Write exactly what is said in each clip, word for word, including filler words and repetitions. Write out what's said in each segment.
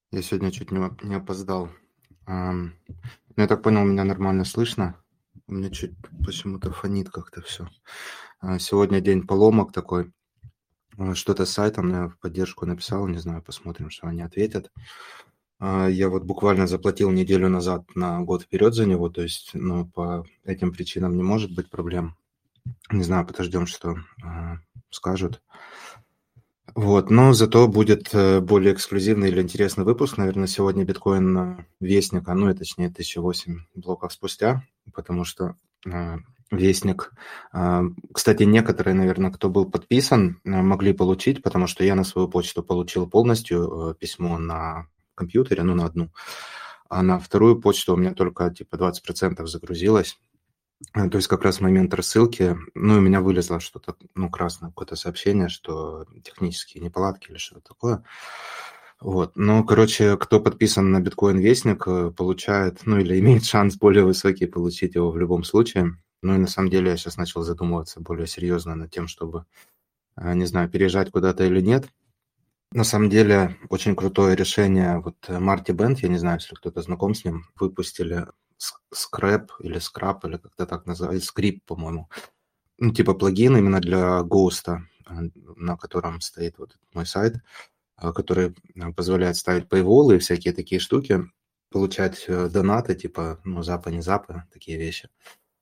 Я сегодня чуть не не опоздал. Ам, ну, я так понял, меня нормально слышно? У меня чуть почему-то фонит как-то всё. А, сегодня день поломок такой. А, что-то с сайтом, я в поддержку написал, не знаю, посмотрим, что они ответят. А, я вот буквально заплатил неделю назад на год вперед за него, то есть, ну, по этим причинам не может быть проблем. Не знаю, подождем, что, а, скажут. Вот, но зато будет, э, более эксклюзивный или интересный выпуск. Наверно, сегодня биткоин, а, Вестника, ну, и точнее тысяча восемь блоков спустя, потому что, а, Вестник а, кстати, некоторые, наверно, кто был подписан, а, могли получить, потому что я на свою почту получил полностью, э, письмо на компьютере, ну, на одну, а на вторую почту у меня только типа двадцать процентов загрузилось. А, то есть как раз в момент рассылки, ну, у меня вылезло что-то, ну, красное какое-то сообщение, что технические неполадки или что-то такое. Вот, ну, короче, кто подписан на биткоин Вестник, э, получает, ну, или имеет шанс более высокий получить его в любом случае. Ну, и на самом деле я щас начал задумываться более серьёзно над тем, чтобы, а, не знаю, переезжать куда-то или нет. На самом деле очень крутое решение. Вот Marty Bent, я не знаю, если кто-то знаком с ним, выпустили ск Scrap или Scrap, или как-то так называется, Script, по-моему. Ну, типа плагин именно для Ghost, а, на котором стоит вот мой сайт, а, который, а, позволяет ставить пейволы и всякие такие штуки, получать, э, донаты типа, ну, запа, не запа, такие вещи.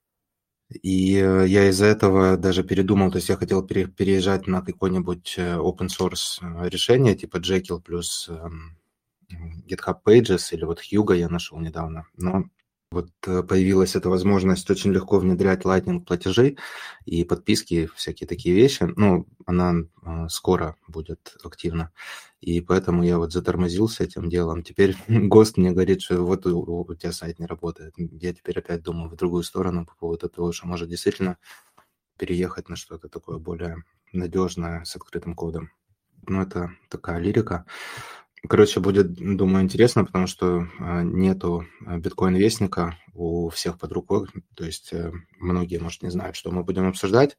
И, э, я из-за этого даже передумал, то есть я хотел пере переезжать на какой-нибудь, э, open source, э, решение типа Jekyll плюс, эм, GitHub Pages или вот Hugo я нашел недавно. Но вот, э, появилась эта возможность очень легко внедрять Lightning платежи и подписки, всякие такие вещи. Ну, она, а, скоро будет активна, и поэтому я вот затормозил с этим делом. Теперь Ghost мне говорит, что вот у у тя сайт не работает. Я теперь опять думаю в другую сторону по поводу того, что может действительно переехать на что-то такое более надёжное с открытым кодом. Ну, это такая лирика. Короче, будет, думаю, интересно, потому что, а, нету, а, биткоин Вестника у всех под рукой. То есть, э, многие, может, не знают, что мы будем обсуждать.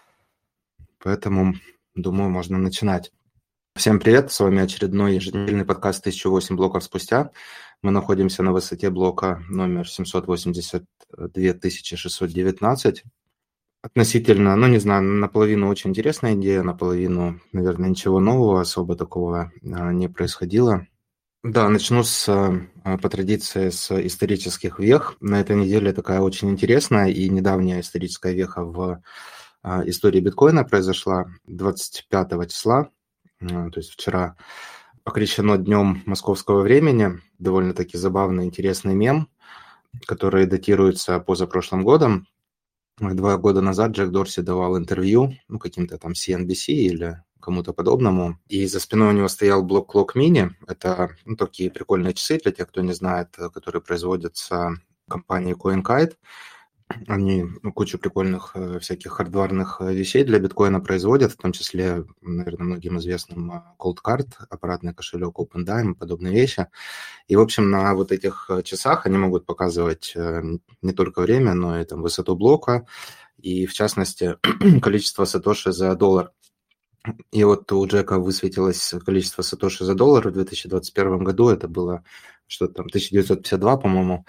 Поэтому, думаю, можно начинать. Всем привет! С вами очередной еженедельный подкаст "тысяча восемь блоков спустя". Мы находимся на высоте блока номер семьсот восемьдесят две тысячи шестьсот девятнадцать. Относительно, ну, не знаю, наполовину очень интересная идея, наполовину, наверно, ничего нового особо такого, а, не происходило. Да, начну с, а, по традиции, с исторических вех. На этой неделе такая очень интересная и недавняя историческая веха в, а, истории биткоина произошла. двадцать пятого числа, а, то есть вчера, окрещено днём московского времени. Довольно-таки забавный, интересный мем, который датируется позапрошлым годом. два года назад Джек Дорси давал интервью, ну, каким-то там си эн би си или кому-то подобному, и за спиной у него стоял Block Clock Mini. Это, ну, такие прикольные часы, для тех, кто не знает, которые производятся компанией CoinKite. Они, ну, кучу прикольных, э, всяких хардварных, э, вещей для биткоина производят, в том числе, наверно, многим известным, а, Coldcard, аппаратный кошелёк OpenDime и подобные вещи. И, в общем, на вот этих, э, часах они могут показывать, э, не только время, но и там высоту блока и, в частности, количество сатоши за доллар. И вот у Джека высветилось количество сатоши за доллар в две тысячи двадцать первом году. Это было что-то там тысяча девятьсот пятьдесят два, по-моему.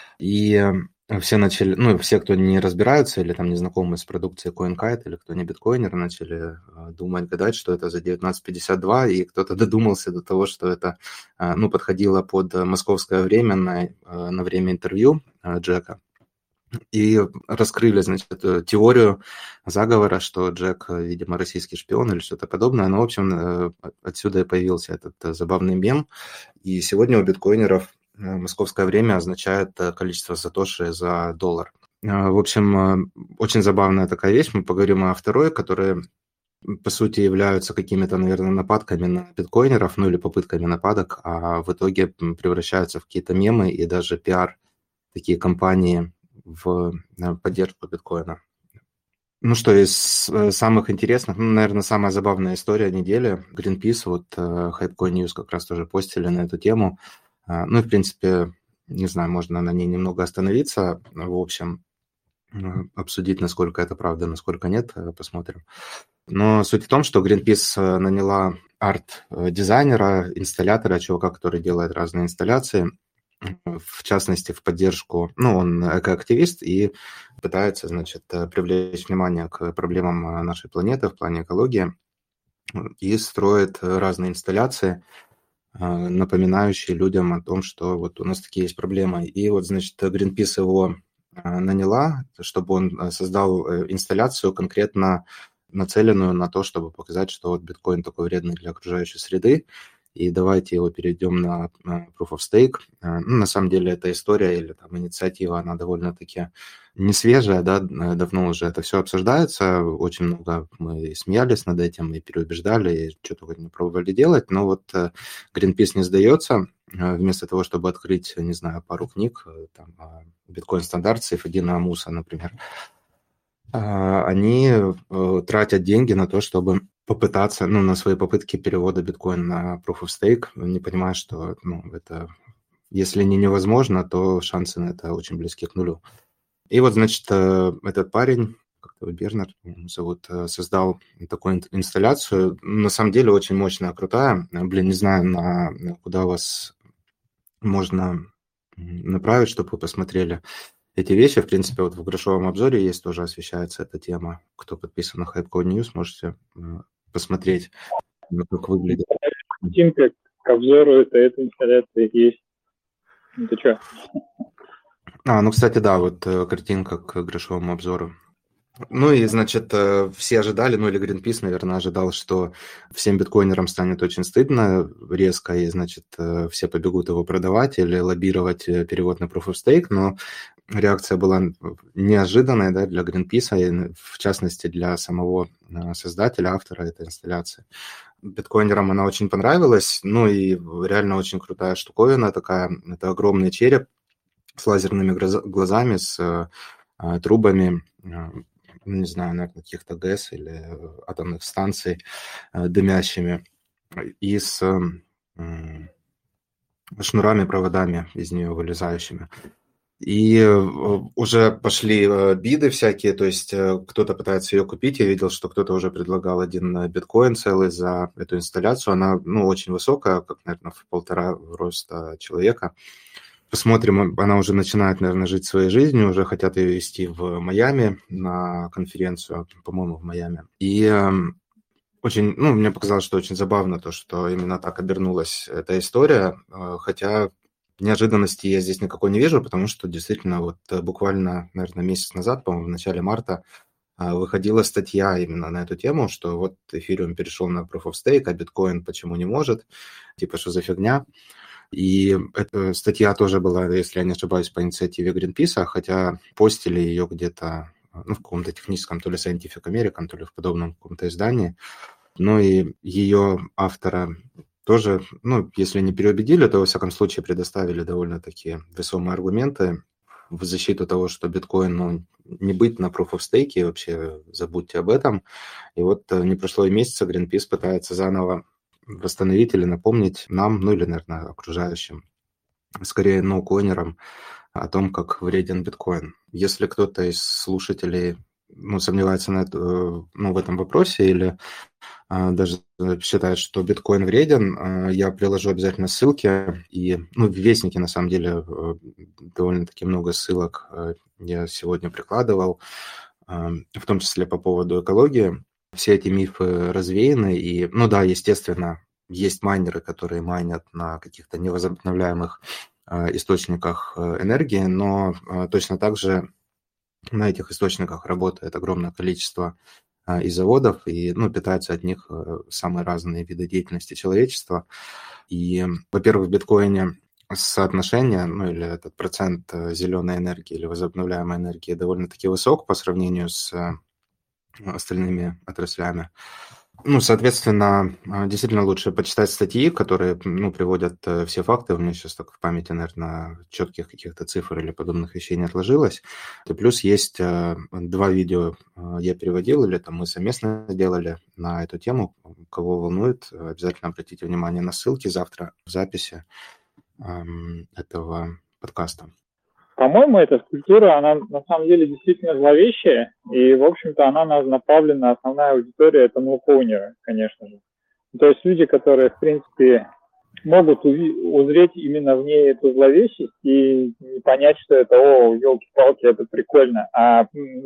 И все начали, ну, все, кто не разбираются или там не знакомы с продукцией CoinKite, или кто не биткоинер, начали, а, думать, гадать, что это за девятнадцать пятьдесят два, и кто-то додумался до того, что это, а, ну, подходило под московское время на, а, на время интервью, а, Джека. И раскрыли, значит, эту теорию заговора, что Джек, видимо, российский шпион или что-то подобное. Ну, в общем, э, отсюда и появился этот забавный мем. И сегодня у биткоинеров, э, московское время означает количество сатоши за доллар. А, в общем, очень забавная такая вещь. Мы поговорим о второй, которые, по сути, являются какими-то, наверно, нападками на биткоинеров, ну, или попытками нападок, а в итоге, м, превращаются в какие-то мемы и даже пиар, такие кампании в, э, поддержку биткоина. Ну что, из самых интересных, ну, наверно, самая забавная история недели. Greenpeace, вот, э, Hypecoin News как раз тоже постили на эту тему. А, ну и, в принципе, не знаю, можно на ней немного остановиться. В общем, м, обсудить, насколько это правда, насколько нет, посмотрим. Но суть в том, что Greenpeace наняла арт-дизайнера, инсталлятора, чувака, который делает разные инсталляции, в частности, в поддержку, ну, он экоактивист и пытается, значит, привлечь внимание к проблемам нашей планеты в плане экологии и строит разные инсталляции, напоминающие людям о том, что вот у нас такие есть проблемы. И вот, значит, Greenpeace его наняла, чтобы он создал инсталляцию конкретно нацеленную на то, чтобы показать, что вот биткоин такой вредный для окружающей среды, и давайте его перейдем на Proof of Stake. Ну, на самом деле, эта история или там инициатива, она довольно-таки не свежая, да, давно уже это все обсуждается, очень много мы смеялись над этим и переубеждали, и что-то не пробовали делать, но вот Greenpeace не сдается, вместо того, чтобы открыть, не знаю, пару книг, там, биткоин-стандарт, Сейфуддина Амуса, например, они тратят деньги на то, чтобы попытаться, ну, на свои попытки перевода биткоина на Proof of Stake, не понимая, что, ну, это, если не невозможно, то шансы на это очень близки к нулю. И вот, значит, этот парень, как-то Бернард зовут, создал такую инсталляцию, на самом деле очень мощная, крутая. Блин, не знаю, на, куда вас можно направить, чтобы вы посмотрели эти вещи. В принципе, вот в грошовом обзоре есть тоже освещается эта тема. Кто подписан на HypeCode News, можете посмотреть, как выглядит. Картинка к обзору, это эта инсталляция есть. Это что? А, ну, кстати, да, вот картинка к грошовому обзору. Ну и, значит, все ожидали, ну или Greenpeace, наверное, ожидал, что всем биткоинерам станет очень стыдно резко, и, значит, все побегут его продавать или лоббировать перевод на Proof of Stake, но реакция была неожиданная, да, для Greenpeace, и в частности для самого создателя, автора этой инсталляции. Биткоинерам она очень понравилась, ну и реально очень крутая штуковина такая, это огромный череп с лазерными глазами, с трубами, не знаю, наверное, каких-то ГЭС или атомных станций дымящими, и с шнурами, проводами из нее вылезающими. И уже пошли биды всякие, то есть кто-то пытается ее купить. Я видел, что кто-то уже предлагал один биткоин целый за эту инсталляцию. Она, ну, очень высокая, как, наверное, в полтора роста человека. Посмотрим, она уже начинает, наверное, жить своей жизнью, уже хотят ее везти в Майами на конференцию, по-моему, в Майами. И очень, ну, мне показалось, что очень забавно то, что именно так обернулась эта история, хотя неожиданности я здесь никакой не вижу, потому что действительно вот буквально, наверное, месяц назад, по-моему, в начале марта, выходила статья именно на эту тему, что вот эфириум перешел на Proof of Stake, а биткоин почему не может, типа, что за фигня. И эта статья тоже была, если я не ошибаюсь, по инициативе Greenpeace, хотя постили ее где-то, ну, в каком-то техническом, то ли Scientific American, то ли в подобном каком-то издании. Ну и ее автора тоже, ну, если не переубедили, то, во всяком случае, предоставили довольно такие весомые аргументы в защиту того, что биткоин, ну, не быть на Proof of Stake, вообще забудьте об этом. И вот не прошло и месяца, Greenpeace пытается заново восстановить или напомнить нам, ну или, наверное, окружающим, скорее ноукоинерам, о том, как вреден биткоин. Если кто-то из слушателей, ну, сомневается на это, ну, в этом вопросе или а, даже считает, что биткоин вреден, а, я приложу обязательно ссылки. И, ну, в Вестнике, на самом деле, довольно-таки много ссылок я сегодня прикладывал, а, в том числе по поводу экологии. Все эти мифы развеяны, и, ну да, естественно, есть майнеры, которые майнят на каких-то невозобновляемых э, источниках энергии, но э, точно так же на этих источниках работает огромное количество э, и заводов, и, ну, питаются от них э, самые разные виды деятельности человечества. И, во-первых, в биткоине соотношение, ну или этот процент зеленой энергии или возобновляемой энергии довольно-таки высок по сравнению с остальными отраслями. Ну, соответственно, действительно лучше почитать статьи, которые, ну, приводят все факты. У меня сейчас так в памяти, наверное, четких каких-то цифр или подобных вещей не отложилось. И плюс есть два видео я переводил, или там мы совместно делали на эту тему. Кого волнует, обязательно обратите внимание на ссылки завтра в записи этого подкаста. по-моему, эта скульптура, она на самом деле действительно зловещая, и, в общем-то, она направлена, основная аудитория, это ноукоунеры, конечно же. То есть люди, которые, в принципе, могут узреть именно в ней эту зловещесть и понять, что это, о, елки-палки, это прикольно. А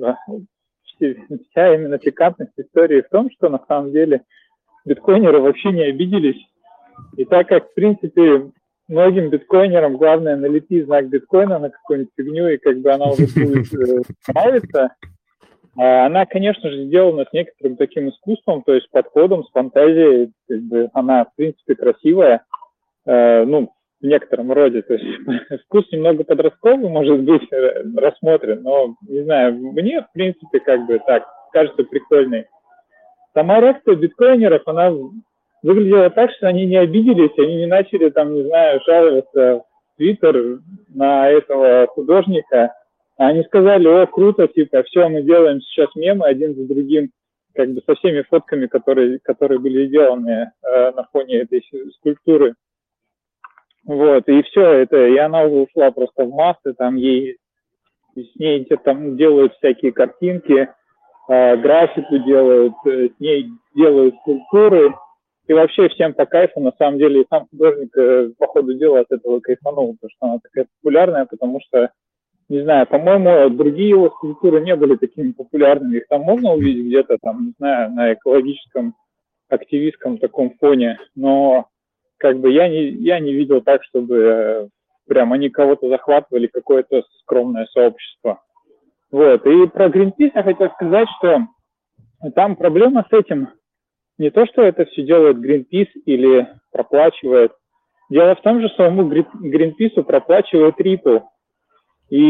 вся именно пикантность истории в том, что на самом деле биткоинеры вообще не обиделись. И так как, в принципе, многим биткоинерам главное налепить знак биткоина на какую-нибудь фигню, и как бы она уже будет нравиться, она, конечно же, сделана с некоторым таким искусством, то есть подходом, с фантазией, как бы она, в принципе, красивая, э, ну, в некотором роде, то есть вкус немного подростковый, может быть, рассмотрен, но, не знаю, мне, в принципе, как бы так, кажется прикольной. Сама реакция биткоинеров, она выглядела так, что они не обиделись, они не начали, там, не знаю, жаловаться в Твиттер на этого художника. Они сказали, о, круто, типа, все, мы делаем сейчас мемы один за другим, как бы со всеми фотками, которые, которые были сделаны э, на фоне этой скульптуры. Вот, и все это, и она уже ушла просто в массы, там ей, с ней там делают всякие картинки, э, графику делают, э, с ней делают скульптуры, и вообще всем по кайфу, на самом деле, и сам художник, э, по ходу дела, от этого кайфанул, потому что она такая популярная, потому что, не знаю, по-моему, другие его скульптуры не были такими популярными. Их там можно увидеть где-то, там, не знаю, на экологическом, активистском таком фоне. Но как бы я не, я не видел так, чтобы э, прям они кого-то захватывали, какое-то скромное сообщество. Вот. И про Greenpeace я хотел сказать, что там проблема с этим не то, что это все делает Greenpeace или проплачивает. Дело в том, что самому Greenpeace проплачивает Ripple. И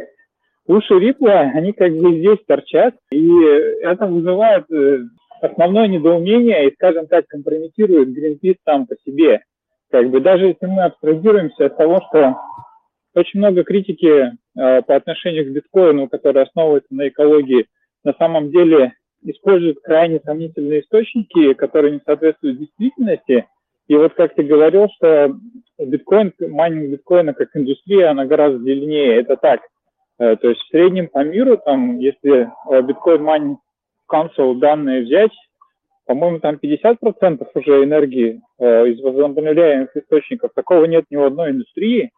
уши Рипла, они как бы здесь торчат, и это вызывает основное недоумение и, скажем так, компрометирует Greenpeace сам по себе. Как бы даже если мы абстрагируемся от того, что очень много критики э, по отношению к биткоину, которая основывается на экологии, на самом деле используют крайне сомнительные источники, которые не соответствуют действительности. И вот как ты говорил, что биткоин, майнинг биткоина как индустрия, она гораздо длиннее. Это так. То есть в среднем по миру, там, если биткоин майнинг Council данные взять, по-моему, там пятьдесят процентов уже энергии из возобновляемых источников. Такого нет ни в одной индустрии.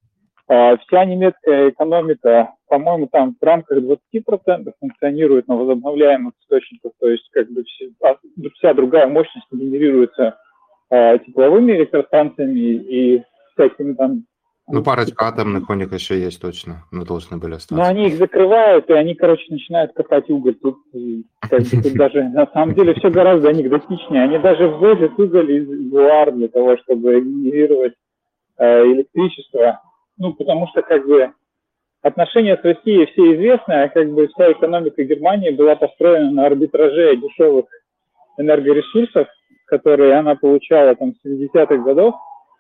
Вся немецкая экономика, по-моему, там в рамках двадцать процентов функционирует на возобновляемых источниках. То есть как бы вся другая мощность генерируется тепловыми электростанциями и всякими там... Ну, парочка атомных у них еще есть точно, но должны были остаться. Но они их закрывают, и они, короче, начинают копать уголь. Тут, как бы, тут даже, на самом деле, все гораздо анекдотичнее. Они даже ввозят уголь из ЮАР для того, чтобы генерировать э, электричество. Ну, потому что, как бы, отношения с Россией все известны, а как бы вся экономика Германии была построена на арбитраже дешевых энергоресурсов, которые она получала там с семидесятых годов,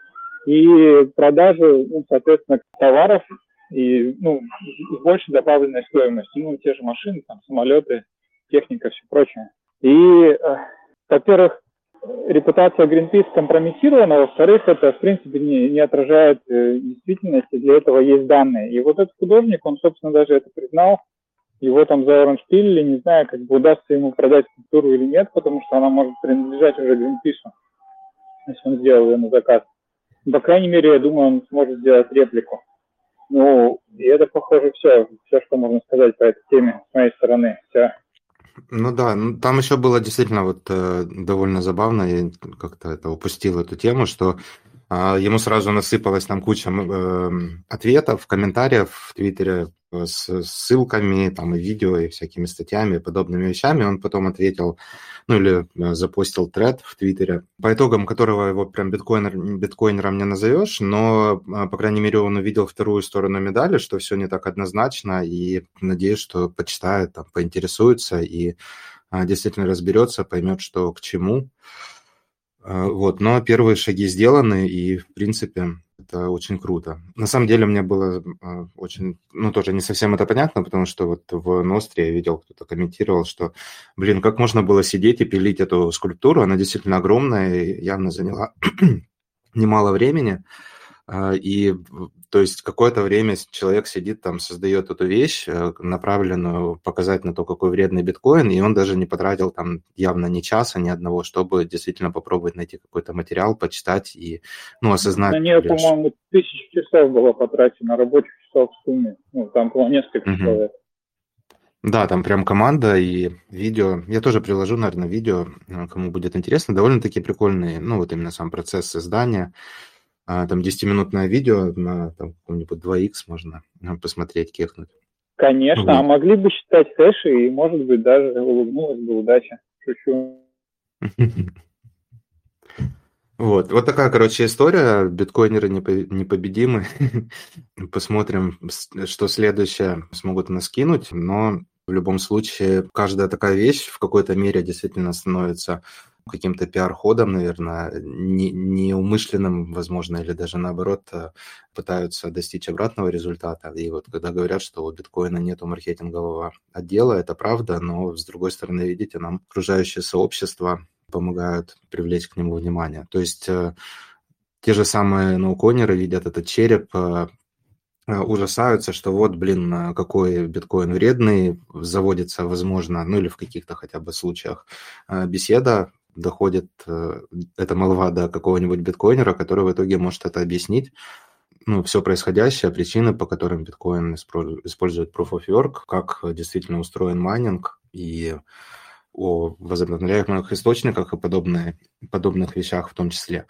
и продажу, ну, соответственно, товаров и, ну, с большей добавленной стоимостью, ну, те же машины, там, самолеты, техника, все прочее. И, э, во-первых, репутация Greenpeace компрометирована, во-вторых, это, в принципе, не, не отражает э, действительности, для этого есть данные. И вот этот художник, он, собственно, даже это признал, его там заоранжпилили, не знаю, как бы удастся ему продать скульптуру или нет, потому что она может принадлежать уже Greenpeace, если он сделал ее на заказ. По крайней мере, я думаю, он сможет сделать реплику. Ну, и это, похоже, все, все, что можно сказать по этой теме с моей стороны. Все. Ну да, ну, там еще было действительно вот э, довольно забавно, я как-то это упустил эту тему, что э, ему сразу насыпалась там куча э, ответов, комментариев в Твиттере с ссылками, там и видео, и всякими статьями, и подобными вещами. Он потом ответил, ну или запостил тред в Твиттере, по итогам которого его прям биткоинер, биткоинером не назовешь, но, по крайней мере, он увидел вторую сторону медали, что все не так однозначно, и надеюсь, что почитает, там, поинтересуется и действительно разберется, поймет, что к чему. Вот, но первые шаги сделаны, и, в принципе, это очень круто. На самом деле мне было очень, ну, тоже не совсем это понятно, потому что вот в Ностре я видел, кто-то комментировал, что, блин, как можно было сидеть и пилить эту скульптуру, она действительно огромная и явно заняла немало времени. И, то есть, какое-то время человек сидит там, создает эту вещь, направленную показать на то, какой вредный биткоин, и он даже не потратил там явно ни часа, ни одного, чтобы действительно попробовать найти какой-то материал, почитать и, ну, осознать. На нее, блин, по-моему, тысяча часов было потрачено, рабочих часов в сумме. Ну, там было несколько Мгм. человек. Да, там прям команда и видео. Я тоже приложу, наверное, видео, кому будет интересно. Довольно-таки прикольные, ну, вот именно сам процесс создания. А, там десятиминутное видео на там, каком-нибудь два икс можно посмотреть, кекнуть. Конечно, Вот. а могли бы считать хэши, и, может быть, даже улыбнулась бы удача. Шучу. Вот, вот такая, короче, история. Биткоинеры непобедимы. Посмотрим, что следующее смогут нас кинуть. Но в любом случае, каждая такая вещь в какой-то мере действительно становится каким-то пиар-ходом, наверное, не, неумышленным, возможно, или даже наоборот пытаются достичь обратного результата. И вот когда говорят, что у биткоина нету маркетингового отдела, это правда, но с другой стороны, видите, нам окружающее сообщество помогают привлечь к нему внимание. То есть э, те же самые ноуконеры видят этот череп, э, ужасаются, что вот, блин, какой биткоин вредный, заводится, возможно, ну или в каких-то хотя бы случаях э, беседа, доходит э, эта молва до какого-нибудь биткоинера, который в итоге может это объяснить. Ну, все происходящее, причины, по которым биткоин использует Proof of Work, как действительно устроен майнинг и о возобновляемых источниках и подобные, подобных вещах в том числе.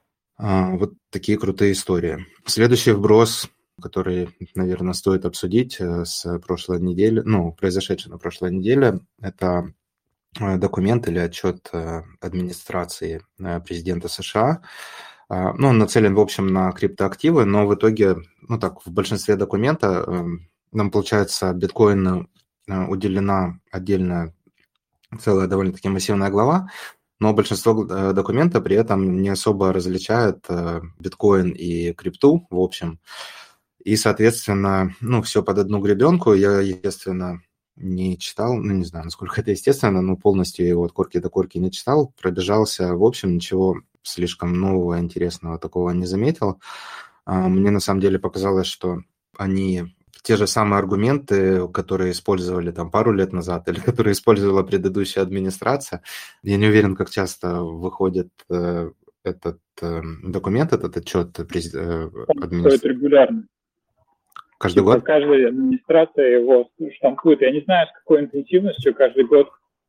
А, вот такие крутые истории. Следующий вброс, который, наверное, стоит обсудить с прошлой недели, ну, произошедший на прошлой неделе, это документ или отчет администрации президента США. Ну, он нацелен, в общем, на криптоактивы, но в итоге, ну так, в большинстве документа нам, получается, биткоину уделена отдельная целая довольно-таки массивная глава, но большинство документа при этом не особо различает биткоин и крипту, в общем. И, соответственно, ну, все под одну гребенку. Я, естественно, не читал, ну, не знаю, насколько это естественно, но полностью его от корки до корки не читал. Пробежался, в общем, ничего слишком нового, интересного такого не заметил. Мне, на самом деле, показалось, что они... те же самые аргументы, которые использовали там пару лет назад или которые использовала предыдущая администрация. Я не уверен, как часто выходит э, этот э, документ, этот отчет презид... э, администрации. Регулярно. Каждый типа год? Каждая администрация его штампует. Я не знаю, с какой интенсивностью, каждый год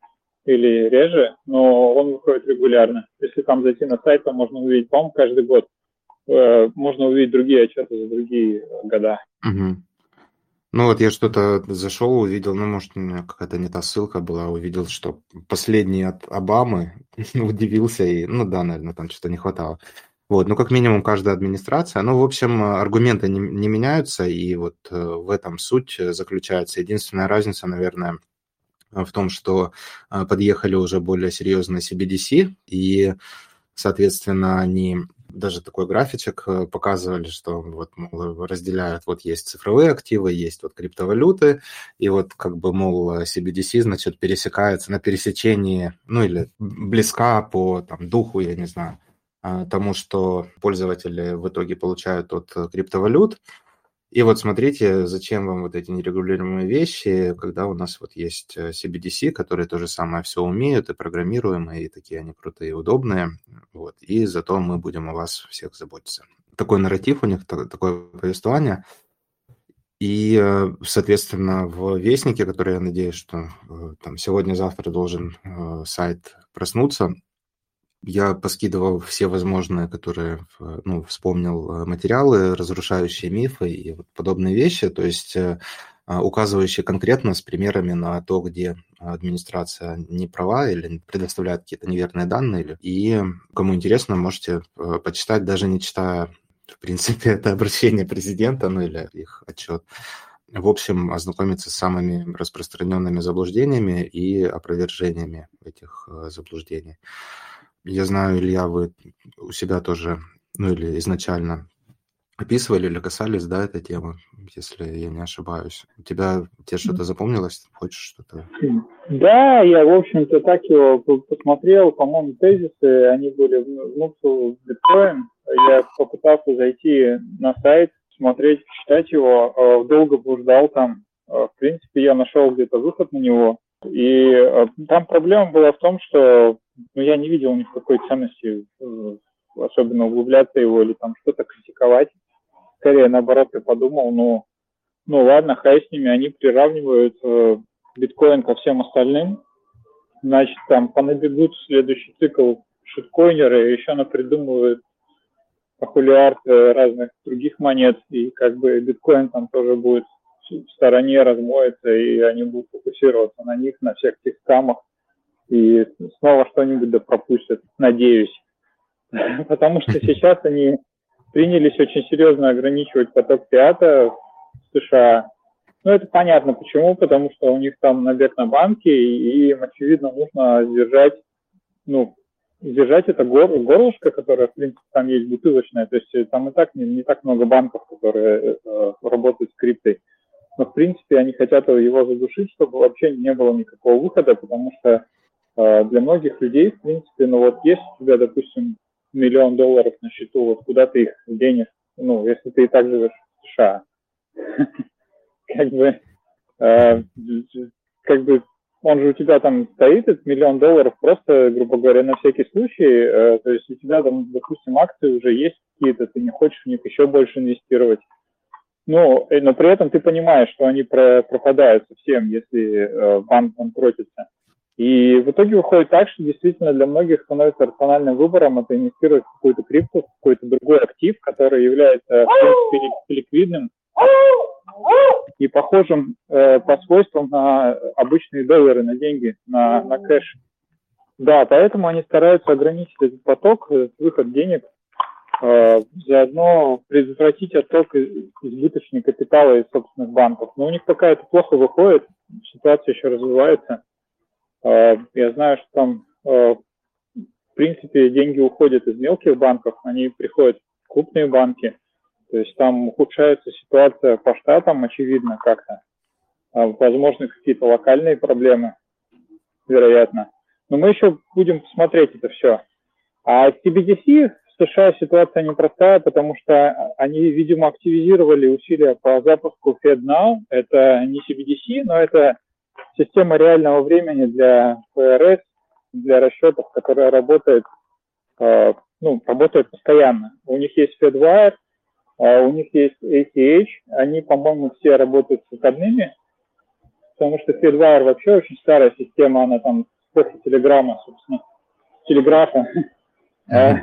или реже, но он выходит регулярно. Если там зайти на сайт, то можно увидеть, по-моему, каждый год. Э, можно увидеть другие отчеты за другие года. Угу. Ну вот я что-то зашел, увидел, ну, может, у меня какая-то не та ссылка была, увидел, что последний от Обамы, удивился, и, ну да, наверное, там что-то не хватало. Вот, ну, как минимум, каждая администрация, ну, в общем, аргументы не, не меняются, и вот в этом суть заключается. Единственная разница, наверное, в том, что подъехали уже более серьезные си би ди си, и, соответственно, они... даже такой графичек показывали, что вот, мол, разделяют, вот есть цифровые активы, есть вот криптовалюты, и вот как бы, мол, си би ди си, значит, пересекается на пересечении, ну или близка по там, духу, я не знаю, тому, что пользователи в итоге получают от криптовалют. И вот смотрите, зачем вам вот эти нерегулируемые вещи, когда у нас вот есть си би ди си, которые то же самое все умеют, и программируемые, и такие они крутые и удобные, вот, и зато мы будем о вас всех заботиться. Такой нарратив у них, такое повествование. И, соответственно, в Вестнике, который, я надеюсь, что там сегодня-завтра должен сайт проснуться, я поскидывал все возможные, которые, ну, вспомнил материалы, разрушающие мифы и вот подобные вещи, то есть указывающие конкретно с примерами на то, где администрация не права или предоставляет какие-то неверные данные. И кому интересно, можете почитать, даже не читая, в принципе, это обращение президента, ну или их отчет. В общем, ознакомиться с самыми распространенными заблуждениями и опровержениями этих заблуждений. Я знаю, Илья, вы у себя тоже, ну или изначально описывали или касались, да, этой темы, если я не ошибаюсь. У тебя, тебе что-то запомнилось? Хочешь что-то? Да, я, в общем-то, так его посмотрел, по-моему, тезисы, они были в биткоин, я попытался зайти на сайт, смотреть, читать его, долго блуждал там. В принципе, я нашел где-то выход на него. И там проблема была в том, что ну, я не видел никакой ценности, особенно углубляться его или там что-то критиковать. Скорее, наоборот, я подумал, ну, ну ладно, хай с ними, они приравнивают э, биткоин ко всем остальным. Значит, там понабегут в следующий цикл шиткоинеры, еще напридумывают похулиард разных других монет, и как бы биткоин там тоже будет в стороне, размоется, и они будут фокусироваться на них, на всех тех скамах, и снова что-нибудь да пропустят, надеюсь. Потому что сейчас они принялись очень серьезно ограничивать поток фиата в США. Ну, это понятно почему, потому что у них там набег на банки, и им, очевидно, нужно сдержать, ну, сдержать это гор, горлышко, которое, в принципе, там есть бутылочное, то есть там и так не, не так много банков, которые э, работают с криптой. Но, в принципе, они хотят его задушить, чтобы вообще не было никакого выхода, потому что э, для многих людей, в принципе, ну вот есть у тебя, допустим, миллион долларов на счету, вот куда ты их денешь, ну, если ты и так живешь в США. Как бы, как бы, он же у тебя там стоит, этот миллион долларов, просто, грубо говоря, на всякий случай, то есть у тебя там, допустим, акции уже есть какие-то, ты не хочешь в них еще больше инвестировать. Ну, но при этом ты понимаешь, что они пропадают совсем, если банк банкротится. И в итоге выходит так, что действительно для многих становится рациональным выбором это инвестировать в какую-то крипту, в какой-то другой актив, который является, в принципе, ликвидным и похожим э, по свойствам на обычные доллары, на деньги, на, на кэш. Да, поэтому они стараются ограничить этот поток, выход денег, э, заодно предотвратить отток избыточного капитала из собственных банков. Но у них пока это плохо выходит, ситуация еще развивается. Э, я знаю, что там, э, в принципе, деньги уходят из мелких банков, они приходят в крупные банки. То есть там ухудшается ситуация по штатам, очевидно, как-то. Возможно, какие-то локальные проблемы, вероятно. Но мы еще будем смотреть это все. А си би ди си в США ситуация непростая, потому что они, видимо, активизировали усилия по запуску FedNow. Это не си би ди си, но это система реального времени для эф эр эс, для расчетов, которая работает, ну, работает постоянно. У них есть FedWire, Uh, у них есть эй си эйч, они, по-моему, все работают с выходными, потому что FedWire вообще очень старая система, она там после телеграмма, собственно, телеграфа, uh,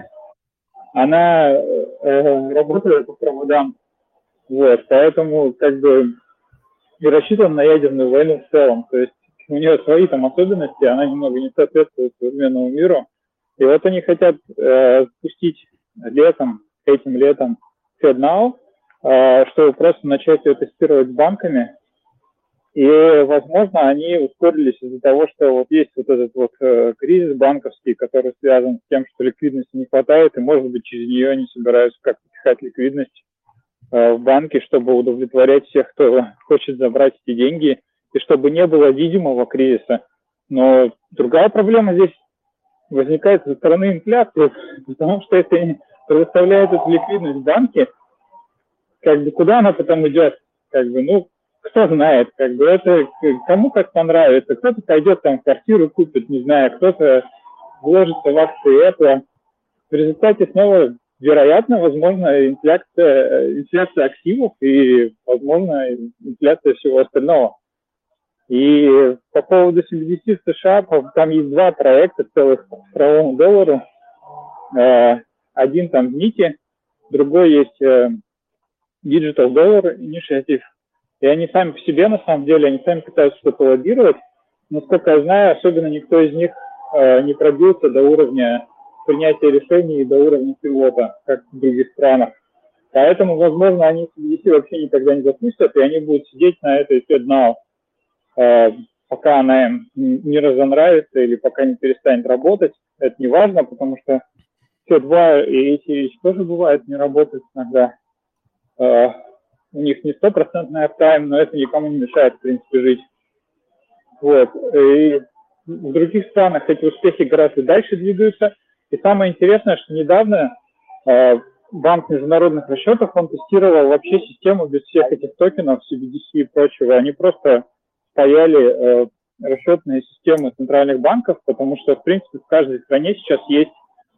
она uh, работает по проводам, вот, поэтому как бы и рассчитана на ядерную войну в целом, то есть у нее свои там особенности, она немного не соответствует современному миру, и вот они хотят uh, спустить летом, этим летом, FedNow, чтобы просто начать ее тестировать с банками. И, возможно, они ускорились из-за того, что вот есть вот этот вот кризис банковский, который связан с тем, что ликвидности не хватает, и, может быть, через нее они собираются как-то пихать ликвидность в банке, чтобы удовлетворять всех, кто хочет забрать эти деньги, и чтобы не было видимого кризиса. Но другая проблема здесь возникает со стороны инфляции, потому что это предоставляет эту ликвидность в банке, как бы куда она потом идет, как бы, ну, кто знает, как бы это кому как понравится, кто-то пойдет там квартиру купит, не знаю, кто-то вложится в акции Apple. В результате снова, вероятно, возможно, инфляция, инфляция активов и, возможно, инфляция всего остального. И по поводу си би ди си в США, там есть два проекта целых по цифровому доллару. Один там в ните, другой есть э, Digital Dollar Initiative. И они сами по себе, на самом деле, они сами пытаются что-то лоббировать. Насколько я знаю, особенно никто из них э, не пробился до уровня принятия решений и до уровня пилота, как в других странах. Поэтому, возможно, они си би ди си вообще никогда не запустят, и они будут сидеть на этой FedNow, э, пока она им не разонравится или пока не перестанет работать. Это не важно, потому что FedWire и эй си эйч тоже бывает, не работают иногда. Uh, у них не стопроцентный аптайм, но это никому не мешает, в принципе, жить. Вот. И в других странах эти успехи гораздо дальше двигаются. И самое интересное, что недавно банк международных расчетов, он тестировал вообще систему без всех этих токенов, си би ди си и прочего. Они просто стояли расчетные системы центральных банков, потому что, в принципе, в каждой стране сейчас есть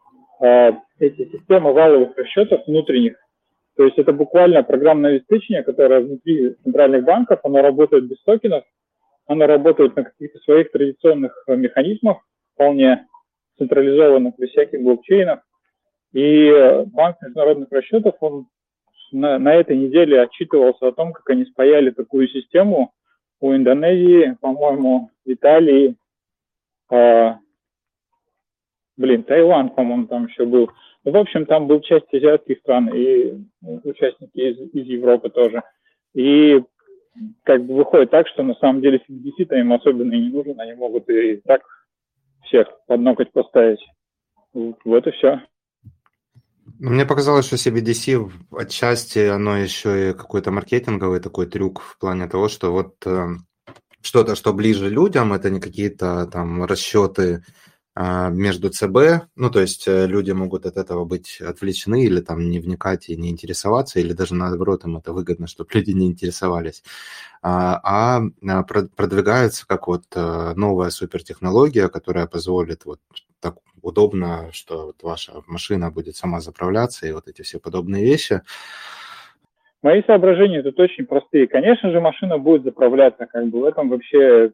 эти системы валовых расчетов внутренних. То есть это буквально программное обеспечение, которое внутри центральных банков, оно работает без токенов, оно работает на каких-то своих традиционных механизмах, вполне централизованных, без всяких блокчейнов. И банк международных расчетов, он на, на этой неделе отчитывался о том, как они спаяли такую систему у Индонезии, по-моему, Италии, э, блин, Таиланд, по-моему, там еще был. Ну, в общем, там был часть азиатских стран и участники из, из Европы тоже. И как бы выходит так, что на самом деле си би ди си-то им особенно и не нужен, они могут и так всех под ноготь поставить. Вот и все. Мне показалось, что си би ди си отчасти оно еще и какой-то маркетинговый такой трюк в плане того, что вот э, что-то, что ближе людям, это не какие-то там расчеты э, между ЦБ, ну то есть э, люди могут от этого быть отвлечены или там не вникать и не интересоваться, или даже наоборот им это выгодно, чтобы люди не интересовались, а, а продвигается как вот новая супертехнология, которая позволит вот так удобно, что вот ваша машина будет сама заправляться и вот эти все подобные вещи. Мои соображения тут очень простые. Конечно же, машина будет заправляться, как бы в этом вообще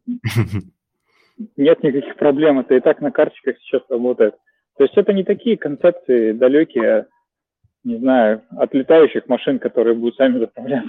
нет никаких проблем. Это и так на карточках сейчас работает. То есть это не такие концепции далекие, не знаю, от летающих машин, которые будут сами заправляться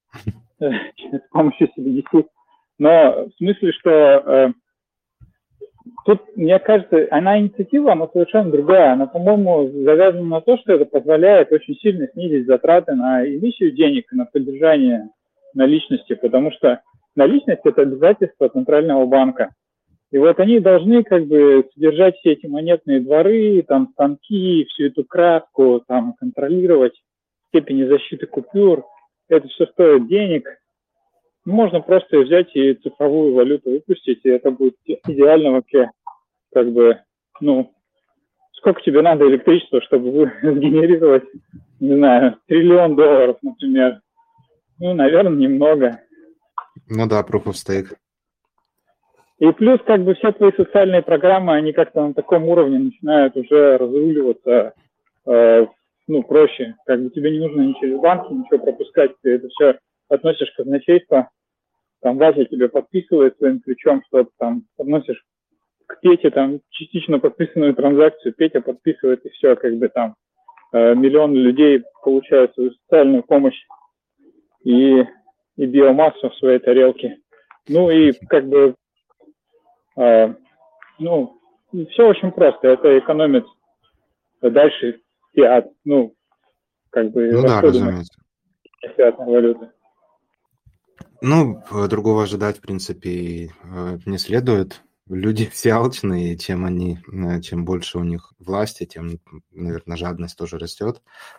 с помощью си би ди си. Но в смысле, что тут, мне кажется, она инициатива, она совершенно другая. Она, по-моему, завязана на то, что это позволяет очень сильно снизить затраты на эмиссию денег, на содержание наличности, потому что наличность – это обязательство Центрального банка. И вот они должны как бы содержать все эти монетные дворы, там, станки, всю эту краску, там, контролировать степени защиты купюр. Это все стоит денег. Можно просто взять и цифровую валюту выпустить, и это будет идеально вообще, как бы, ну, сколько тебе надо электричества, чтобы сгенерировать, не знаю, триллион долларов, например. Ну, наверное, немного. Ну да, proof of stake. И плюс, как бы, все твои социальные программы, они как-то на таком уровне начинают уже разруливаться, э, ну, проще. Как бы тебе не нужно ни через банки, ничего пропускать, ты это все относишь к казначейству, там Вася тебе подписывает своим ключом, что ты там подносишь к Пете там частично подписанную транзакцию, Петя подписывает, и все, как бы там э, миллион людей получают свою социальную помощь и, и биомассу в своей тарелке. Ну и как бы, э, ну, все очень просто, это экономит дальше фиат, ну, как бы ну, расходы да, на фиатной валюты. Ну, другого ожидать, в принципе, не следует. Люди все алчные, и чем они, чем больше у них власти, тем, наверное, жадность тоже растет.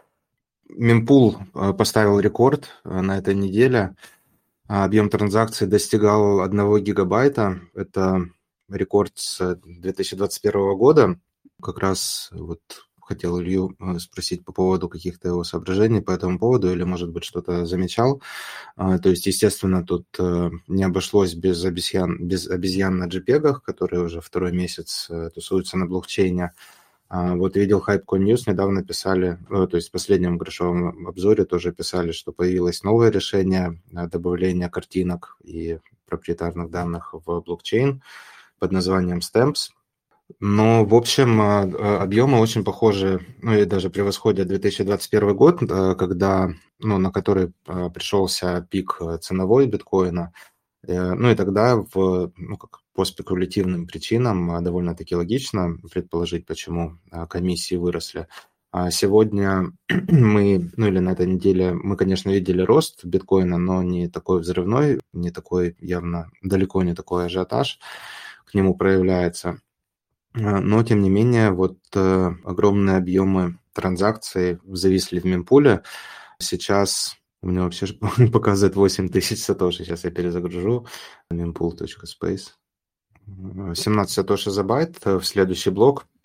Мемпул поставил рекорд на этой неделе. Объем транзакций достигал одного гигабайта. Это рекорд с две тысячи двадцать первого года. Как раз вот хотел Илью спросить по поводу каких-то его соображений по этому поводу, или, может быть, что-то замечал. То есть, естественно, тут не обошлось без обезьян, без обезьян на джипегах, которые уже второй месяц тусуются на блокчейне. Вот видел HypeCoin News, недавно писали, то есть в последнем грошовом обзоре тоже писали, что появилось новое решение добавления картинок и проприетарных данных в блокчейн под названием Stamps. Но, в общем, объемы очень похожи, ну и даже превосходят две тысячи двадцать первый год, когда, ну, на который пришелся пик ценовой биткоина. Ну и тогда в, ну, как по спекулятивным причинам довольно-таки логично предположить, почему комиссии выросли. А сегодня мы, ну или на этой неделе, мы, конечно, видели рост биткоина, но не такой взрывной, не такой явно, далеко не такой ажиотаж к нему проявляется. Но, тем не менее, вот э, огромные объемы транзакций зависли в мемпуле. Сейчас у меня вообще показывает восемь тысяч сатоши. Сейчас я перезагружу. mempool точка space. семнадцать сатоши за байт в следующий блок.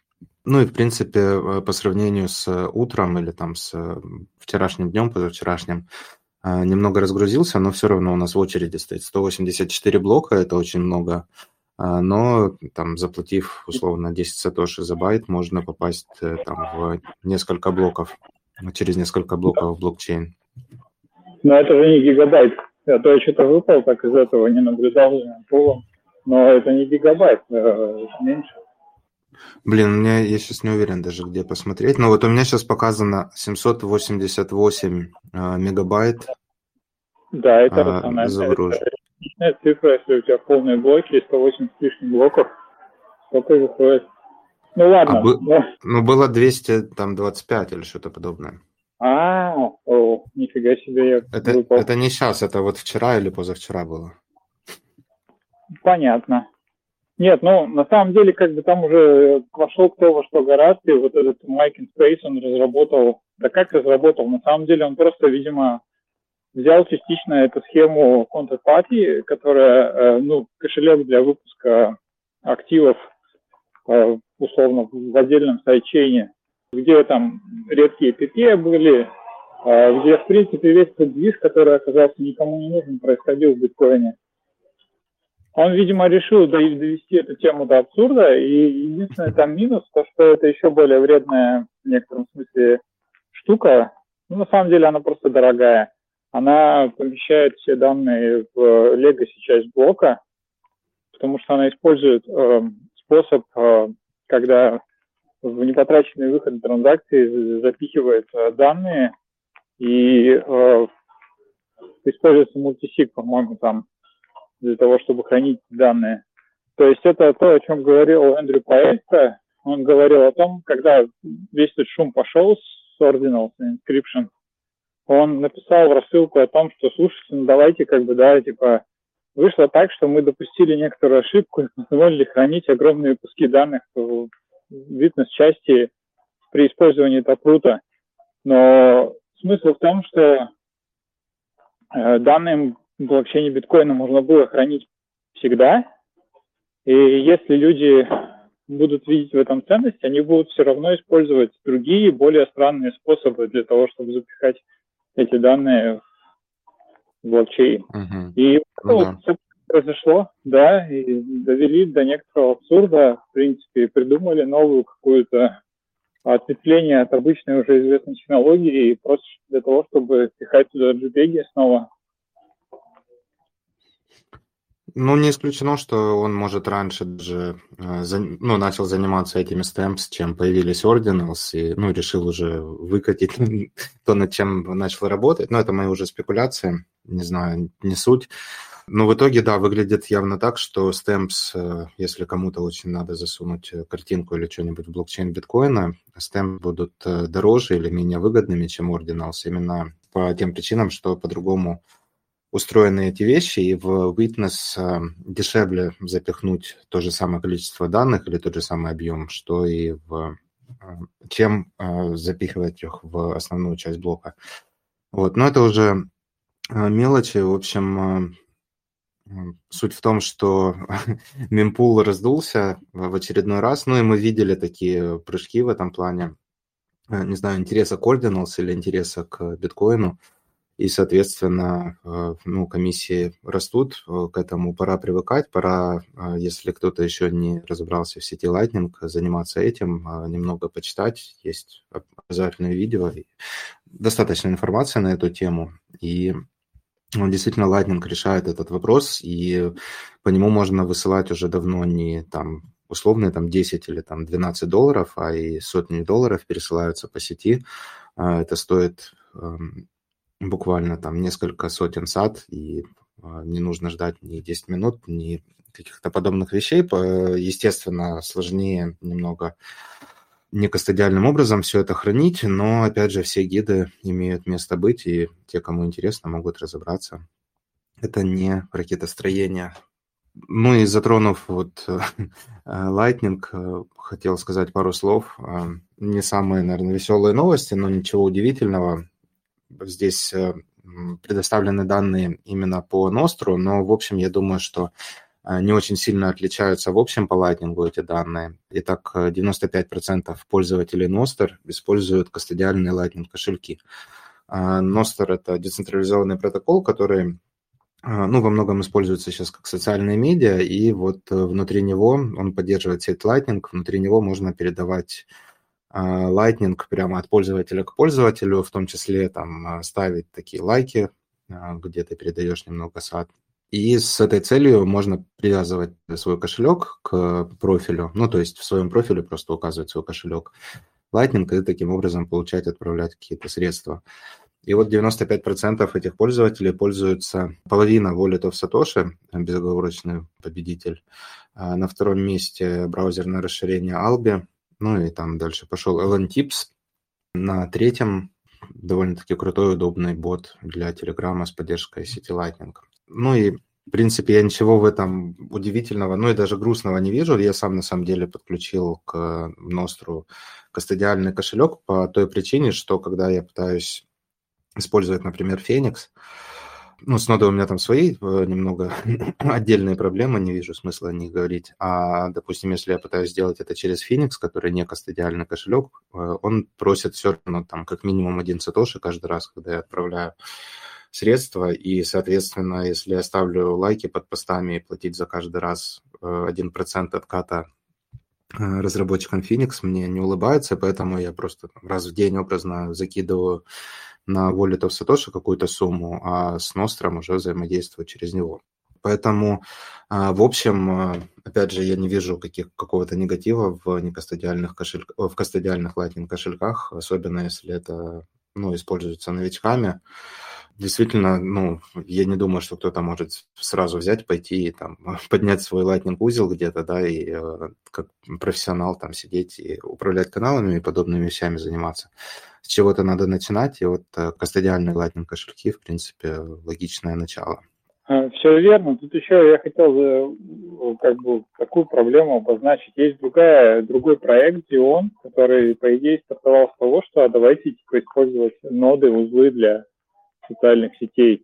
Ну и, в принципе, по сравнению с утром или там с вчерашним днем, позавчерашним, немного разгрузился, но все равно у нас в очереди стоит сто восемьдесят четыре блока, это очень много. Но там, заплатив условно десять сатоши за байт, можно попасть там в несколько блоков, через несколько блоков в блокчейн. Но это же не гигабайт. А то я что-то выпал, так из этого не наблюдал за пулом. Но это не гигабайт, это меньше. Блин, у меня, я сейчас не уверен даже, где посмотреть. Но вот у меня сейчас показано семьсот восемьдесят восемь э, мегабайт. Да, это э, рационально. загружен. Это цифра, если у тебя полные блоки, сто восемьдесят с лишним блоков, сколько выходит. Ну ладно. А бы, да. ну, было двести двадцать пять или что-то подобное. А, о, нифига себе, я это, выпал. Это не сейчас, это вот вчера или позавчера было. Понятно. Нет, ну, на самом деле, как бы там уже вошел кто во что гораздо, и вот этот Mike in Space он разработал, да как разработал, на самом деле он просто, видимо, взял частично эту схему Counterparty, которая, ну, кошелек для выпуска активов, условно, в отдельном сайдчейне, где там редкие пи пи были, где, в принципе, весь этот движ, который оказался никому не нужен, происходил в биткоине. Он, видимо, решил довести эту тему до абсурда, и единственный там минус, то, что это еще более вредная в некотором смысле штука. Ну, на самом деле, она просто дорогая. Она помещает все данные в legacy часть блока, потому что она использует э, способ, э, когда в непотраченный выход транзакции запихиваются данные, и э, используется мультисиг, по-моему, там, для того, чтобы хранить данные. То есть это то, о чем говорил Эндрю Паэстро. Он говорил о том, когда весь этот шум пошел с Ordinals и Inscription, он написал в рассылку о том, что, слушайте, ну давайте, как бы, да, типа, вышло так, что мы допустили некоторую ошибку и позволили хранить огромные куски данных в витнес-части при использовании тапрута. Но смысл в том, что э, данные в блокчейне биткоина можно было хранить всегда, и если люди будут видеть в этом ценность, они будут все равно использовать другие, более странные способы для того, чтобы запихать эти данные в блокчейн. Угу. И Ну, вот да. все произошло, да, и довели до некоторого абсурда, в принципе, и придумали новую какую-то ответвление от обычной уже известной технологии, и просто для того, чтобы пихать туда джей-пеги снова. Ну, не исключено, что он, может, раньше даже э, за, ну, начал заниматься этими стэмпс, чем появились Ordinals, и ну, решил уже выкатить то, над чем начал работать. Но это мои уже спекуляции, не знаю, не суть. Но в итоге, да, выглядит явно так, что стэмпс, если кому-то очень надо засунуть картинку или что-нибудь в блокчейн биткоина, стэмпс будут дороже или менее выгодными, чем Ordinals, именно по тем причинам, что по-другому устроены эти вещи, и в Witness дешевле запихнуть то же самое количество данных или тот же самый объем, что и в чем запихивать их в основную часть блока. Вот. Но это уже мелочи. В общем, суть в том, что мемпул раздулся в очередной раз, ну и мы видели такие прыжки в этом плане, не знаю, интереса к Ordinals или интереса к биткоину. И, соответственно, ну, комиссии растут, к этому пора привыкать, пора, если кто-то еще не разобрался в сети Lightning, заниматься этим, немного почитать, есть образовательные видео, достаточно информации на эту тему, и действительно Lightning решает этот вопрос, и по нему можно высылать уже давно не там условные там десять или там двенадцать долларов, а и сотни долларов пересылаются по сети, это стоит буквально там несколько сотен сат, и не нужно ждать ни десять минут, ни каких-то подобных вещей. Естественно, сложнее немного некастодиальным образом все это хранить, но, опять же, все гиды имеют место быть, и те, кому интересно, могут разобраться. Это не ракетостроение. Ну и затронув вот Lightning, хотел сказать пару слов. Не самые, наверное, веселые новости, но ничего удивительного. Здесь предоставлены данные именно по Ностру, но, в общем, я думаю, что не очень сильно отличаются в общем по Lightning эти данные. Итак, девяносто пять процентов пользователей Nostr используют кастодиальные Lightning кошельки. Nostr – это децентрализованный протокол, который ну, во многом используется сейчас как социальные медиа, и вот внутри него он поддерживает сеть Lightning, внутри него можно передавать Lightning прямо от пользователя к пользователю, в том числе там ставить такие лайки, где ты передаешь немного сад. И с этой целью можно привязывать свой кошелек к профилю, ну, то есть в своем профиле просто указывать свой кошелек Lightning и таким образом получать, отправлять какие-то средства. И вот девяносто пять процентов этих пользователей пользуются, половина Wallet of Satoshi, безоговорочный победитель. На втором месте браузерное расширение Albi, ну и там дальше пошел эл эн Tips. На третьем довольно-таки крутой, удобный бот для Telegram с поддержкой сети Lightning. Ну и, в принципе, я ничего в этом удивительного, ну и даже грустного не вижу. Я сам, на самом деле, подключил к Nostr кастодиальный кошелек по той причине, что когда я пытаюсь использовать, например, Phoenix, ну, с нодой у меня там свои немного отдельные проблемы, не вижу смысла о них говорить. А, допустим, если я пытаюсь сделать это через Phoenix, который не кастодиальный кошелек, он просит все равно там как минимум один сатоши каждый раз, когда я отправляю средства, и, соответственно, если я ставлю лайки под постами и платить за каждый раз один процент отката разработчикам Phoenix, мне не улыбается, поэтому я просто раз в день образно закидываю на Wallet of Satoshi какую-то сумму, а с Nostr уже взаимодействую через него. Поэтому, в общем, опять же, я не вижу каких, какого-то негатива в некастодиальных кошельках, в кастодиальных Lightning кошельках, особенно если это, ну, используется новичками. Действительно, ну, я не думаю, что кто-то может сразу взять, пойти и там поднять свой Lightning узел где-то, да, и как профессионал там сидеть и управлять каналами и подобными вещами заниматься. С чего-то надо начинать, и вот кастодиальные Lightning кошельки, в принципе, логичное начало. Все верно. Тут еще я хотел как бы такую проблему обозначить. Есть другая, другой проект Xeon, который, по идее, стартовал с того, что давайте типа, использовать ноды, узлы для социальных сетей.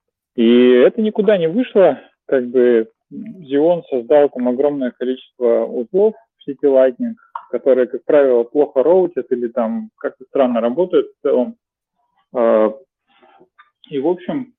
И это никуда не вышло. Как бы Xeon создал там огромное количество узлов в сети Lightning, которые, как правило, плохо роутят или там как-то странно работают в целом. И, в общем,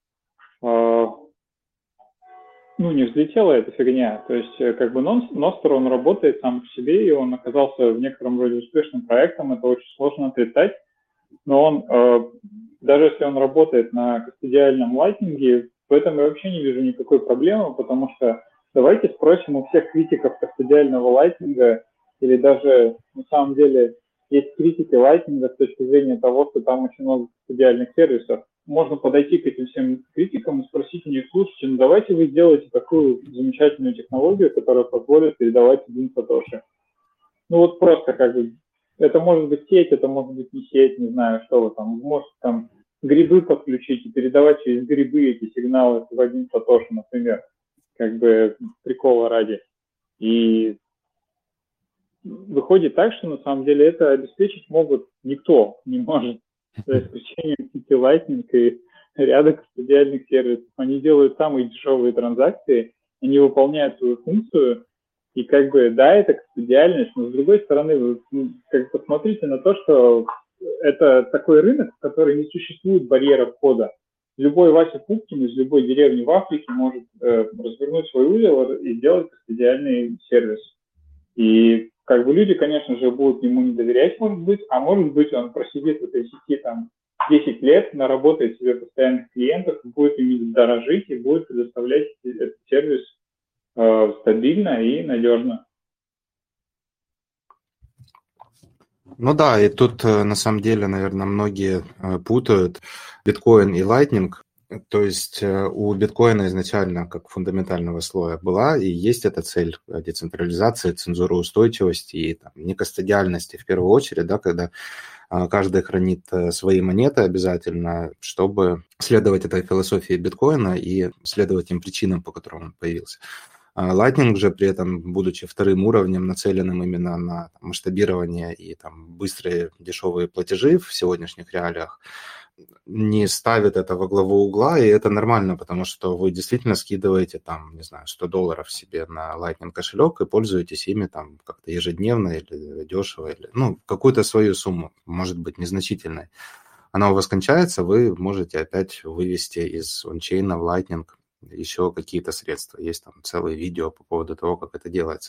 ну, не взлетела эта фигня. То есть, как бы Nostr, он работает сам по себе, и он оказался в некотором роде успешным проектом. Это очень сложно отрицать. Но он, э, даже если он работает на кастодиальном Lightning, в этом я вообще не вижу никакой проблемы, потому что давайте спросим у всех критиков кастодиального Lightning, или даже на самом деле есть критики Lightning с точки зрения того, что там очень много кастодиальных сервисов. Можно подойти к этим всем критикам и спросить у них: слушайте, ну давайте вы сделаете такую замечательную технологию, которая позволит передавать один сатоши. Ну вот просто как бы это может быть сеть, это может быть не сеть, не знаю, что вы там. Можете там грибы подключить и передавать через грибы эти сигналы в один сатоши, например. Как бы прикола ради. И выходит так, что на самом деле это обеспечить могут никто не может. За исключением сети Lightning и ряда кастодиальных сервисов. Они делают самые дешевые транзакции, они выполняют свою функцию. И как бы, да, это кастодиальность, но с другой стороны, вы как бы посмотрите на то, что это такой рынок, в который не существует барьера входа. Любой Вася Пупкин из любой деревни в Африке может э, развернуть свой узел и сделать кастодиальный сервис. И как бы люди, конечно же, будут ему не доверять, может быть, а может быть, он просидит в этой сети там десять лет, наработает себе постоянных клиентов, будет ими дорожить и будет предоставлять этот сервис стабильно и надежно. Ну да, и тут на самом деле, наверное, многие путают биткоин и Lightning. То есть у биткоина изначально как фундаментального слоя была и есть эта цель децентрализации, цензуроустойчивости и там, некастодиальности в первую очередь, да, когда каждый хранит свои монеты обязательно, чтобы следовать этой философии биткоина и следовать тем причинам, по которым он появился. Lightning же при этом, будучи вторым уровнем, нацеленным именно на там, масштабирование и там, быстрые дешевые платежи в сегодняшних реалиях, не ставит это во главу угла, и это нормально, потому что вы действительно скидываете там, не знаю, сто долларов себе на Lightning кошелек и пользуетесь ими там как-то ежедневно или дешево, или, ну, какую-то свою сумму, может быть, незначительной. Она у вас кончается, вы можете опять вывести из ончейна в Lightning еще какие-то средства. Есть там целые видео по поводу того, как это делается.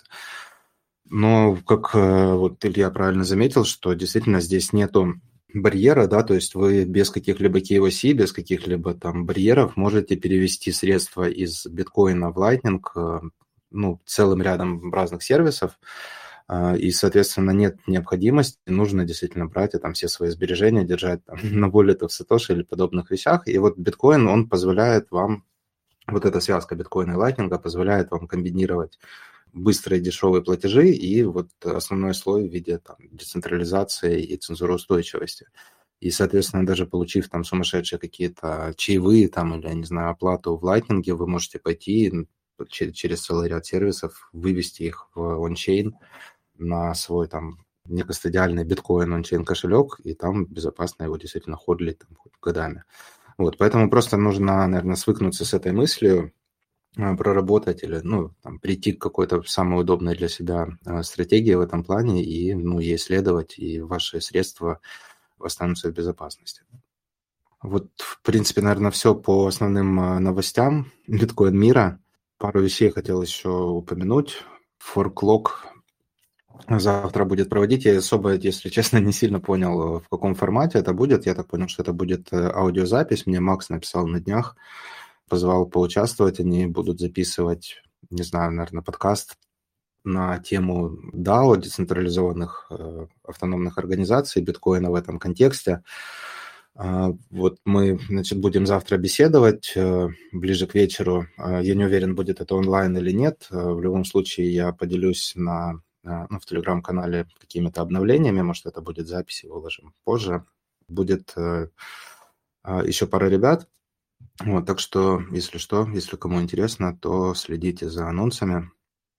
Но, как вот Илья правильно заметил, что действительно здесь нету барьера, да, то есть вы без каких-либо кей вай си, без каких-либо там барьеров можете перевести средства из биткоина в Lightning, ну, целым рядом разных сервисов, и, соответственно, нет необходимости, нужно действительно брать и там все свои сбережения держать там, на wallet в Satoshi или подобных вещах. И вот биткоин, он позволяет вам, вот эта связка биткоина и Lightning позволяет вам комбинировать быстрые дешевые платежи и вот основной слой в виде там, децентрализации и цензуроустойчивости. И, соответственно, даже получив там сумасшедшие какие-то чаевые там, или, я не знаю, оплату в Lightning, вы можете пойти через целый ряд сервисов, вывести их в ончейн на свой там некостадиальный биткоин ончейн кошелек, и там безопасно его действительно ходлить там, годами. Вот, поэтому просто нужно, наверное, свыкнуться с этой мыслью, проработать или, ну, там, прийти к какой-то самой удобной для себя стратегии в этом плане и, ну, ей следовать, и ваши средства останутся в безопасности. Вот, в принципе, наверное, все по основным новостям биткоин-мира. Пару вещей хотел еще упомянуть. Форклог завтра будет проводить. Я особо, если честно, не сильно понял, в каком формате это будет. Я так понял, что это будет аудиозапись. Мне Макс написал на днях, позвал поучаствовать. Они будут записывать, не знаю, наверное, подкаст на тему дао, децентрализованных э, автономных организаций, биткоина в этом контексте. Э, вот мы, значит, будем завтра беседовать э, ближе к вечеру. Э, я не уверен, будет это онлайн или нет. Э, в любом случае я поделюсь на, э, ну, в телеграм-канале какими-то обновлениями. Может, это будет запись, выложим позже. Будет э, э, еще пара ребят. Вот, так что, если что, если кому интересно, то следите за анонсами.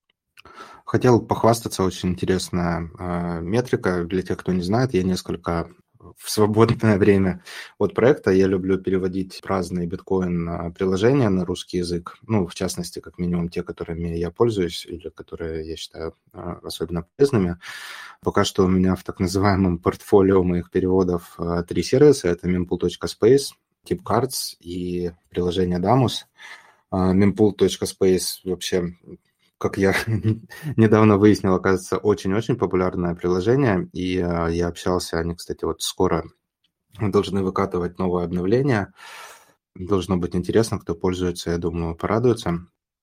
Хотел похвастаться, очень интересная э, метрика. Для тех, кто не знает, я несколько в свободное время от проекта я люблю переводить разные биткоин-приложения на русский язык. Ну, в частности, как минимум те, которыми я пользуюсь или которые я считаю э, особенно полезными. Пока что у меня в так называемом портфолио моих переводов э, три сервиса. Это mempool точка space, Tipcards и приложение Damus. mempool точка space вообще, как я недавно выяснил, оказывается, очень-очень популярное приложение. И я общался, они, кстати, вот скоро должны выкатывать новое обновление. Должно быть интересно, кто пользуется, я думаю, порадуется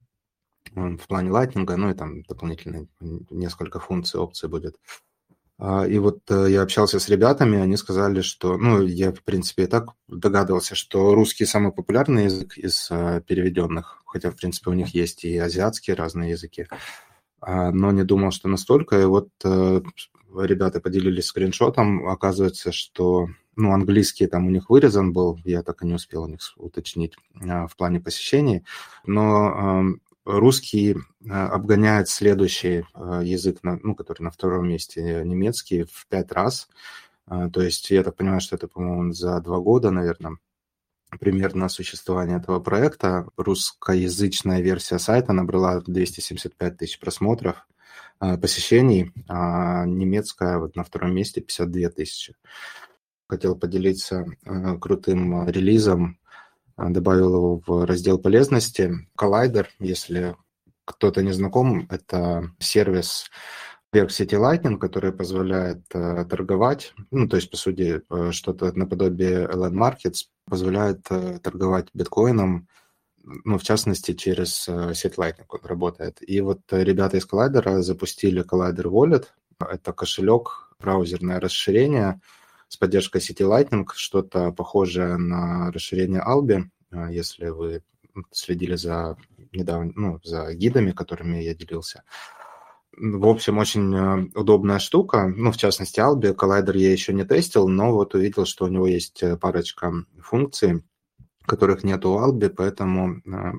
в плане Lightning, ну и там дополнительно несколько функций, опций будет. И вот я общался с ребятами, они сказали, что, ну, я, в принципе, и так догадывался, что русский самый популярный язык из переведенных, хотя, в принципе, у них есть и азиатские разные языки, но не думал, что настолько. И вот ребята поделились скриншотом, оказывается, что, ну, английский там у них вырезан был, я так и не успел у них уточнить в плане посещений, но русский обгоняет следующий язык, ну, который на втором месте, немецкий, в пять раз. То есть я так понимаю, что это, по-моему, за два года, наверное, примерно существования этого проекта. Русскоязычная версия сайта набрала двести семьдесят пять тысяч просмотров, посещений, а немецкая вот на втором месте пятьдесят две тысячи. Хотел поделиться крутым релизом. Добавил его в раздел полезности. Collider, если кто-то не знаком, это сервис поверх сети Lightning, который позволяет э, торговать, ну, то есть, по сути, э, что-то наподобие эл эн Markets, позволяет э, торговать биткоином, ну, в частности, через э, сеть Lightning он работает. И вот ребята из Collider запустили Collider Wallet. Это кошелек, браузерное расширение с поддержкой сети Lightning, что-то похожее на расширение Albi, если вы следили за недавно, ну, за гидами, которыми я делился. В общем, очень удобная штука. Ну, в частности, Albi. Collider я еще не тестил, но вот увидел, что у него есть парочка функций, которых нет у Albi, поэтому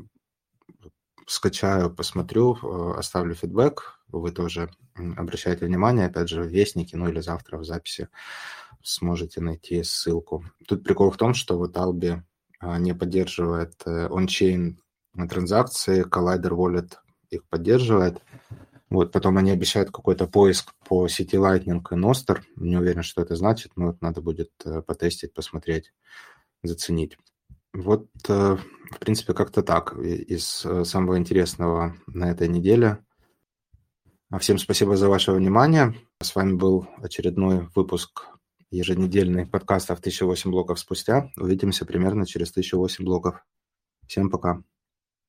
скачаю, посмотрю, оставлю фидбэк. Вы тоже обращайте внимание, опять же, в Вестнике, ну или завтра в записи сможете найти ссылку. Тут прикол в том, что вот Alby не поддерживает on-chain транзакции, Collider Wallet их поддерживает. Вот, потом они обещают какой-то поиск по сети Lightning и Nostr. Не уверен, что это значит, но вот надо будет потестить, посмотреть, заценить. Вот, в принципе, как-то так из самого интересного на этой неделе. Всем спасибо за ваше внимание. С вами был очередной выпуск еженедельный подкастов тысяча восемь блоков спустя. Увидимся примерно через тысяча восемь блоков. Всем пока.